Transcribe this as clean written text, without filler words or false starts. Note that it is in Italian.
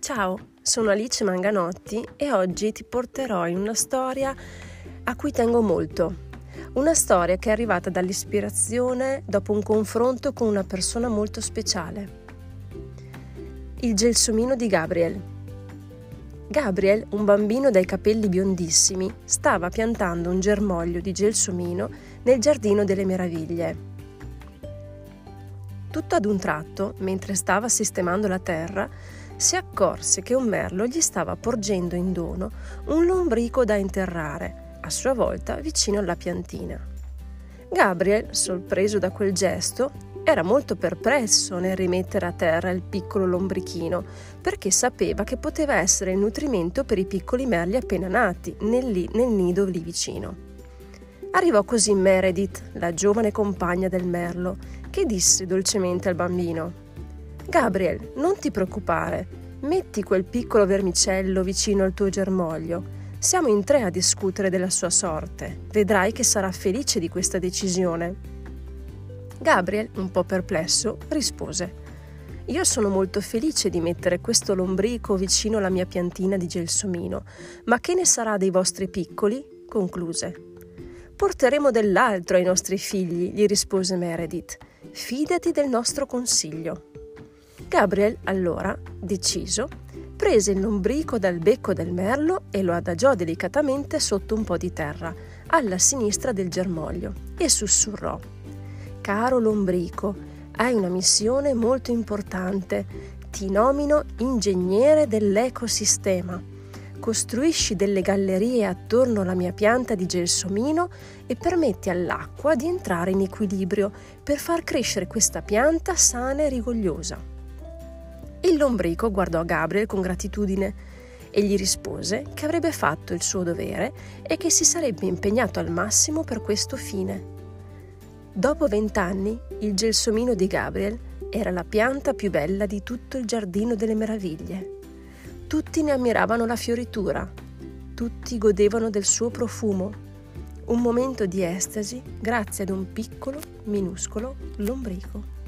Ciao, sono Alice Manganotti e oggi ti porterò in una storia a cui tengo molto. Una storia che è arrivata dall'ispirazione dopo un confronto con una persona molto speciale. Il gelsomino di Gabriel. Gabriel, un bambino dai capelli biondissimi, stava piantando un germoglio di gelsomino nel giardino delle meraviglie. Tutto ad un tratto, mentre stava sistemando la terra, si accorse che un merlo gli stava porgendo in dono un lombrico da interrare, a sua volta vicino alla piantina. Gabriel, sorpreso da quel gesto, era molto perplesso nel rimettere a terra il piccolo lombrichino, perché sapeva che poteva essere il nutrimento per i piccoli merli appena nati nel nido lì vicino. Arrivò così Meredith, la giovane compagna del merlo, che disse dolcemente al bambino: «Gabriel, non ti preoccupare, metti quel piccolo vermicello vicino al tuo germoglio. Siamo in 3 a discutere della sua sorte. Vedrai che sarà felice di questa decisione». Gabriel, un po' perplesso, rispose: «Io sono molto felice di mettere questo lombrico vicino alla mia piantina di gelsomino, ma che ne sarà dei vostri piccoli?» concluse. «Porteremo dell'altro ai nostri figli», gli rispose Meredith. «Fidati del nostro consiglio». Gabriel, allora, deciso, prese il lombrico dal becco del merlo e lo adagiò delicatamente sotto un po' di terra, alla sinistra del germoglio, e sussurrò: «Caro lombrico, hai una missione molto importante. Ti nomino ingegnere dell'ecosistema. Costruisci delle gallerie attorno alla mia pianta di gelsomino e permetti all'acqua di entrare in equilibrio per far crescere questa pianta sana e rigogliosa». Il lombrico guardò Gabriel con gratitudine e gli rispose che avrebbe fatto il suo dovere e che si sarebbe impegnato al massimo per questo fine. Dopo 20 anni, il gelsomino di Gabriel era la pianta più bella di tutto il giardino delle meraviglie. Tutti ne ammiravano la fioritura, tutti godevano del suo profumo. Un momento di estasi grazie ad un piccolo, minuscolo lombrico.